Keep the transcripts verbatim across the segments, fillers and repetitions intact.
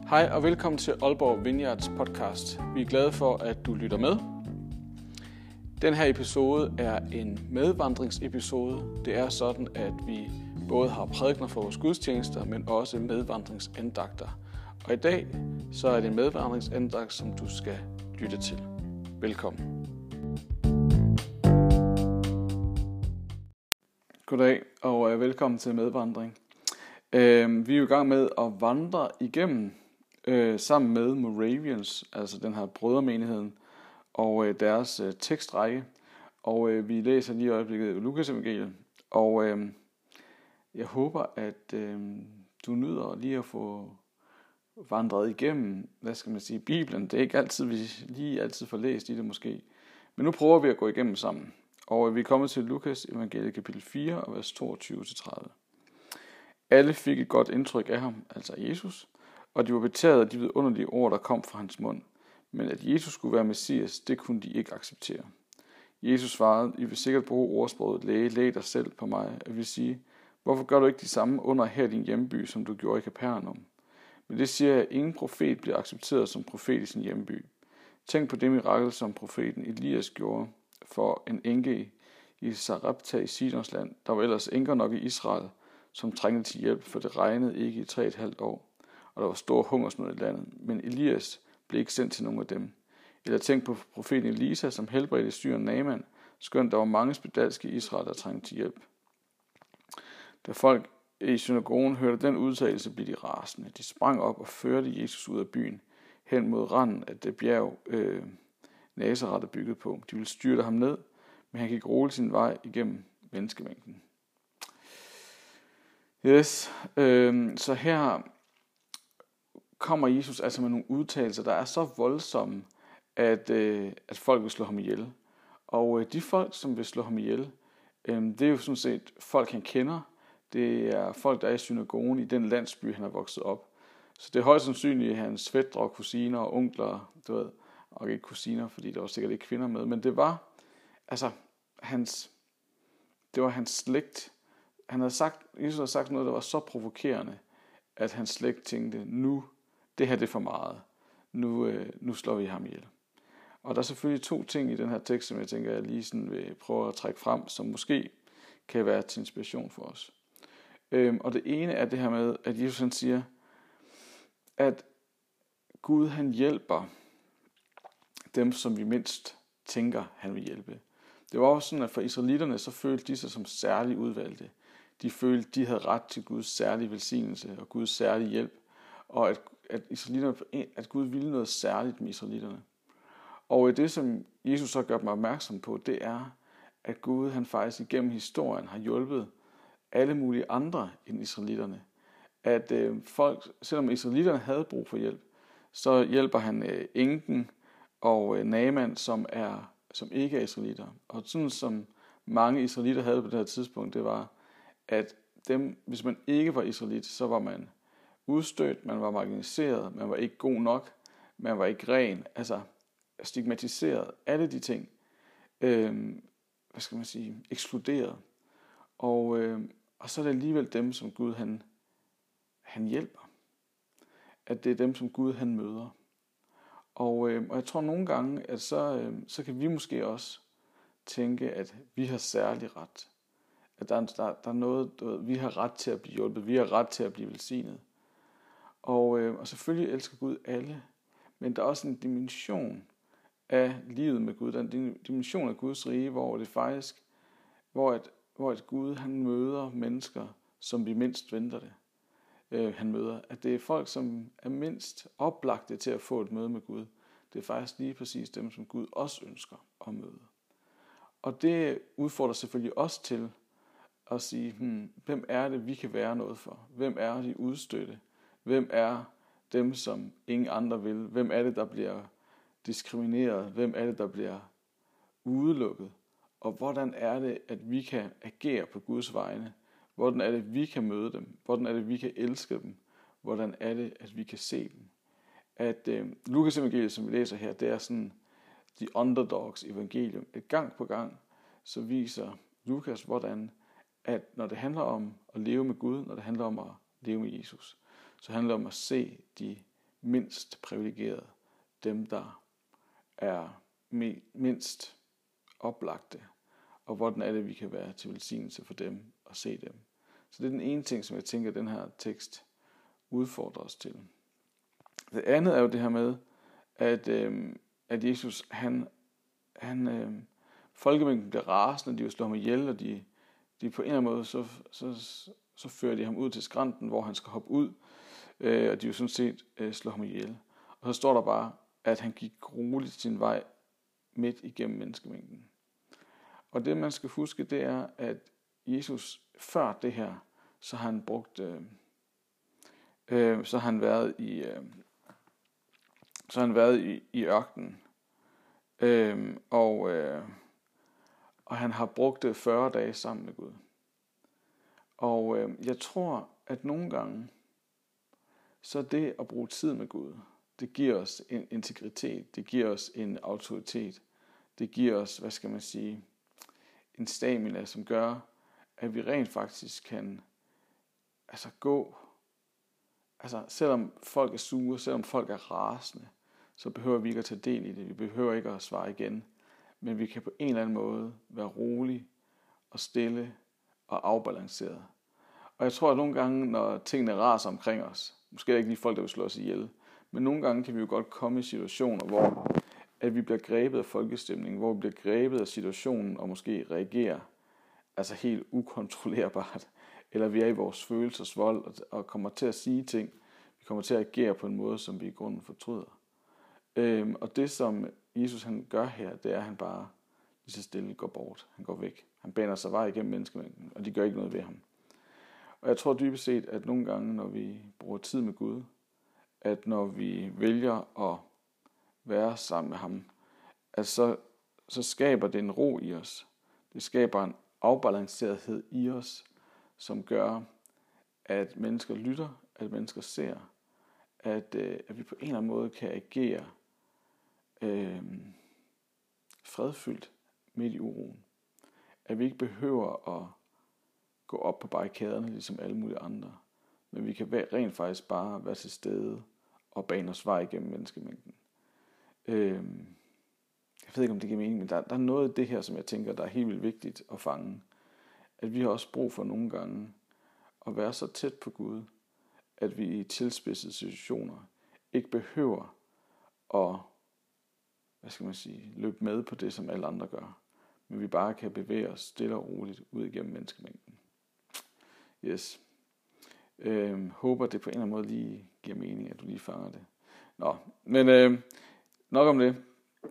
Hej og velkommen til Aalborg Vineyards podcast. Vi er glade for, at du lytter med. Den her episode er en medvandringsepisode. Det er sådan, at vi både har prædikener for vores gudstjenester, men også medvandringsandagter. Og i dag så er det en medvandringsandagt, som du skal lytte til. Velkommen. Goddag og velkommen til medvandring. Vi er jo i gang med at vandre igennem øh, sammen med Moravians, altså den her brødremenigheden, og øh, deres øh, tekstrække. Og øh, vi læser lige i øjeblikket Lukas evangeliet. Og øh, jeg håber, at øh, du nyder lige at få vandret igennem, hvad skal man sige, Bibelen. Det er ikke altid, vi lige altid får læst i det måske. Men nu prøver vi at gå igennem sammen. Og øh, vi er kommet til Lukas evangeliet kapitel fire, og vers toogtyve til tredive. Alle fik et godt indtryk af ham, altså Jesus, og de var betaget af de vidunderlige ord, der kom fra hans mund. Men at Jesus skulle være Messias, det kunne de ikke acceptere. Jesus svarede, I vil sikkert bruge ordsproget, læge, læg dig selv på mig. Jeg vil sige, hvorfor gør du ikke de samme under her i din hjemby, som du gjorde i Kapernaum? Men det siger jeg, at ingen profet bliver accepteret som profet i sin hjemby. Tænk på det mirakel, som profeten Elias gjorde for en enke i Sarepta i Sidons land. Der var ellers enker nok i Israel, som trængte til hjælp, for det regnede ikke i tre og et halvt år, og der var stor hungersnød i landet. Men Elias blev ikke sendt til nogen af dem. Eller tænk på profeten Elisa, som helbredte syren Naaman, skønt der var mange spedalske i Israel, der trængte til hjælp. Da folk i synagogen hørte den udtalelse, blev de rasende. De sprang op og førte Jesus ud af byen, hen mod randen af det bjerg, øh, Nazaret er bygget på. De ville styrte ham ned, men han gik roligt sin vej igennem menneskemængden. Yes, øh, så her kommer Jesus altså med nogle udtalelser, der er så voldsomme, at, øh, at folk vil slå ham ihjel. Og øh, de folk, som vil slå ham ihjel, øh, det er jo sådan set folk, han kender. Det er folk, der er i synagogen i den landsby, han er vokset op. Så det er højst sandsynligt hans fætre, kusiner og onkler, du ved, og ikke kusiner, fordi der var sikkert ikke kvinder med, men det var, altså, hans, det var hans slægt. Han havde sagt, Jesus havde sagt noget, der var så provokerende, at hans slægt tænkte, nu, det her det er for meget. Nu, øh, nu slår vi ham ihjel. Og der er selvfølgelig to ting i den her tekst, som jeg tænker, jeg lige sådan vil prøve at trække frem, som måske kan være til inspiration for os. Øhm, og det ene er det her med, at Jesus han siger, at Gud han hjælper dem, som vi mindst tænker, han vil hjælpe. Det var også sådan, at for israelitterne, så følte de sig som særligt udvalgte. De følte, de havde ret til Guds særlige velsignelse og Guds særlige hjælp. Og at, at, israelitterne, at Gud ville noget særligt med israelitterne. Og det, som Jesus så gør dem opmærksom på, det er, at Gud han faktisk igennem historien har hjulpet alle mulige andre end israelitterne. At øh, folk, selvom israelitterne havde brug for hjælp, så hjælper han øh, enken og øh, Naaman, som, er, som ikke er israelitter. Og sådan som mange israelitter havde på det her tidspunkt, det var, at dem, hvis man ikke var israelit, så var man udstødt, man var marginaliseret, man var ikke god nok, man var ikke ren, altså stigmatiseret, alle de ting, øh, hvad skal man sige, ekskluderet. Og, øh, og så er det alligevel dem, som Gud han, han hjælper. At det er dem, som Gud han møder. Og, øh, og jeg tror nogle gange, at så, øh, så kan vi måske også tænke, at vi har særlig ret. At der, der, der er noget, der, vi har ret til at blive hjulpet, vi har ret til at blive velsignet. Og, øh, og selvfølgelig elsker Gud alle, men der er også en dimension af livet med Gud, der er en dimension af Guds rige, hvor det faktisk, hvor et, hvor et Gud han møder mennesker, som vi mindst venter det. Øh, han møder, at det er folk, som er mindst oplagte til at få et møde med Gud. Det er faktisk lige præcis dem, som Gud også ønsker at møde. Og det udfordrer selvfølgelig også til at sige, hmm, hvem er det, vi kan være noget for? Hvem er de udstødte? Hvem er dem, som ingen andre vil? Hvem er det, der bliver diskrimineret? Hvem er det, der bliver udelukket? Og hvordan er det, at vi kan agere på Guds vegne? Hvordan er det, vi kan møde dem? Hvordan er det, vi kan elske dem? Hvordan er det, at vi kan se dem? At øh, Lukas evangeliet, som vi læser her, det er sådan the underdogs evangelium. Et gang på gang, så viser Lukas, hvordan at når det handler om at leve med Gud, når det handler om at leve med Jesus, så handler det om at se de mindst privilegerede, dem der er mindst oplagte, og hvordan er det, vi kan være til velsignelse for dem og se dem. Så det er den ene ting, som jeg tænker, den her tekst udfordrer os til. Det andet er jo det her med, at, øh, at Jesus, han, han øh, folkemængden bliver rasende, de vil slå ham ihjel, og de, de på en eller anden måde, så, så, så fører de ham ud til skrænten, hvor han skal hoppe ud, øh, og de vil sådan set øh, slå ham ihjel. Og så står der bare, at han gik roligt sin vej midt igennem menneskemængden. Og det man skal huske, det er, at Jesus før det her, så har han brugt, øh, øh, så har han været i, øh, så har han været i, i ørkenen, øh, og øh, og han har brugt fyrre dage sammen med Gud. Og øh, jeg tror, at nogle gange, så det at bruge tid med Gud, det giver os en integritet, det giver os en autoritet, det giver os, hvad skal man sige, en stamina, som gør, at vi rent faktisk kan altså gå, altså selvom folk er sure, selvom folk er rasende, så behøver vi ikke at tage del i det, vi behøver ikke at svare igen, men vi kan på en eller anden måde være rolig og stille og afbalanceret. Og jeg tror, at nogle gange, når tingene raser omkring os, måske er det ikke lige folk, der vil slå os ihjel, men nogle gange kan vi jo godt komme i situationer, hvor at vi bliver grebet af folkestemningen, hvor vi bliver grebet af situationen og måske reagerer altså helt ukontrollerbart, eller vi er i vores følelsesvold og kommer til at sige ting, vi kommer til at agere på en måde, som vi i grunden fortryder. Øhm, og det som Jesus han gør her, det er, at han bare lige så stille går bort. Han går væk. Han baner sig vej igennem menneskemængden, og de gør ikke noget ved ham. Og jeg tror dybest set, at nogle gange, når vi bruger tid med Gud, at når vi vælger at være sammen med ham, at så, så skaber det en ro i os. Det skaber en afbalancerethed i os, som gør, at mennesker lytter, at mennesker ser, at, øh, at vi på en eller anden måde kan agere øh, fredfyldt midt i uroen. At vi ikke behøver at gå op på barrikaderne, ligesom alle mulige andre, men vi kan rent faktisk bare være til stede og bane os vej igennem menneskemængden. Øh, jeg ved ikke, om det giver mening, men der, der er noget af det her, som jeg tænker, der er helt vildt vigtigt at fange. At vi har også brug for nogle gange at være så tæt på Gud, at vi i tilspidsede situationer ikke behøver at, hvad skal man sige, løbe med på det, som alle andre gør, men vi bare kan bevæge os stille og roligt ud igennem menneskemængden. Yes. Øhm, håber det på en eller anden måde lige giver mening, at du lige fanger det. Nå, men øh, nok om det.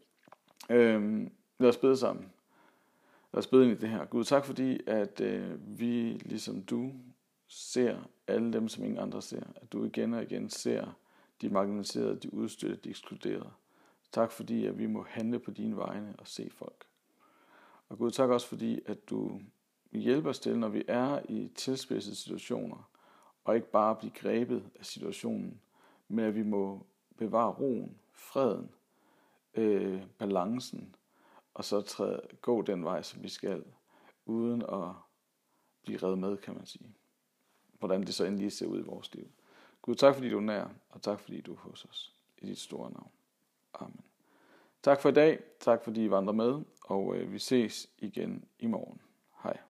Øhm, lad os bede sammen. Lad os bede ind i det her. Gud, tak fordi, at øh, vi, ligesom du, ser alle dem, som ingen andre ser. At du igen og igen ser de marginaliserede, de udstødte, de ekskluderede. Tak fordi, at vi må handle på dine vegne og se folk. Og Gud, tak også fordi, at du hjælper os til, når vi er i tilspidsede situationer, og ikke bare blive grebet af situationen, men at vi må bevare roen, freden, øh, balancen, og så træde, gå den vej, som vi skal, uden at blive revet med, kan man sige. Hvordan det så endelig ser ud i vores liv. Gud, tak fordi du er nær, og tak fordi du er hos os. I dit store navn. Amen. Tak for i dag. Tak fordi I vandrer med, og øh, vi ses igen i morgen. Hej.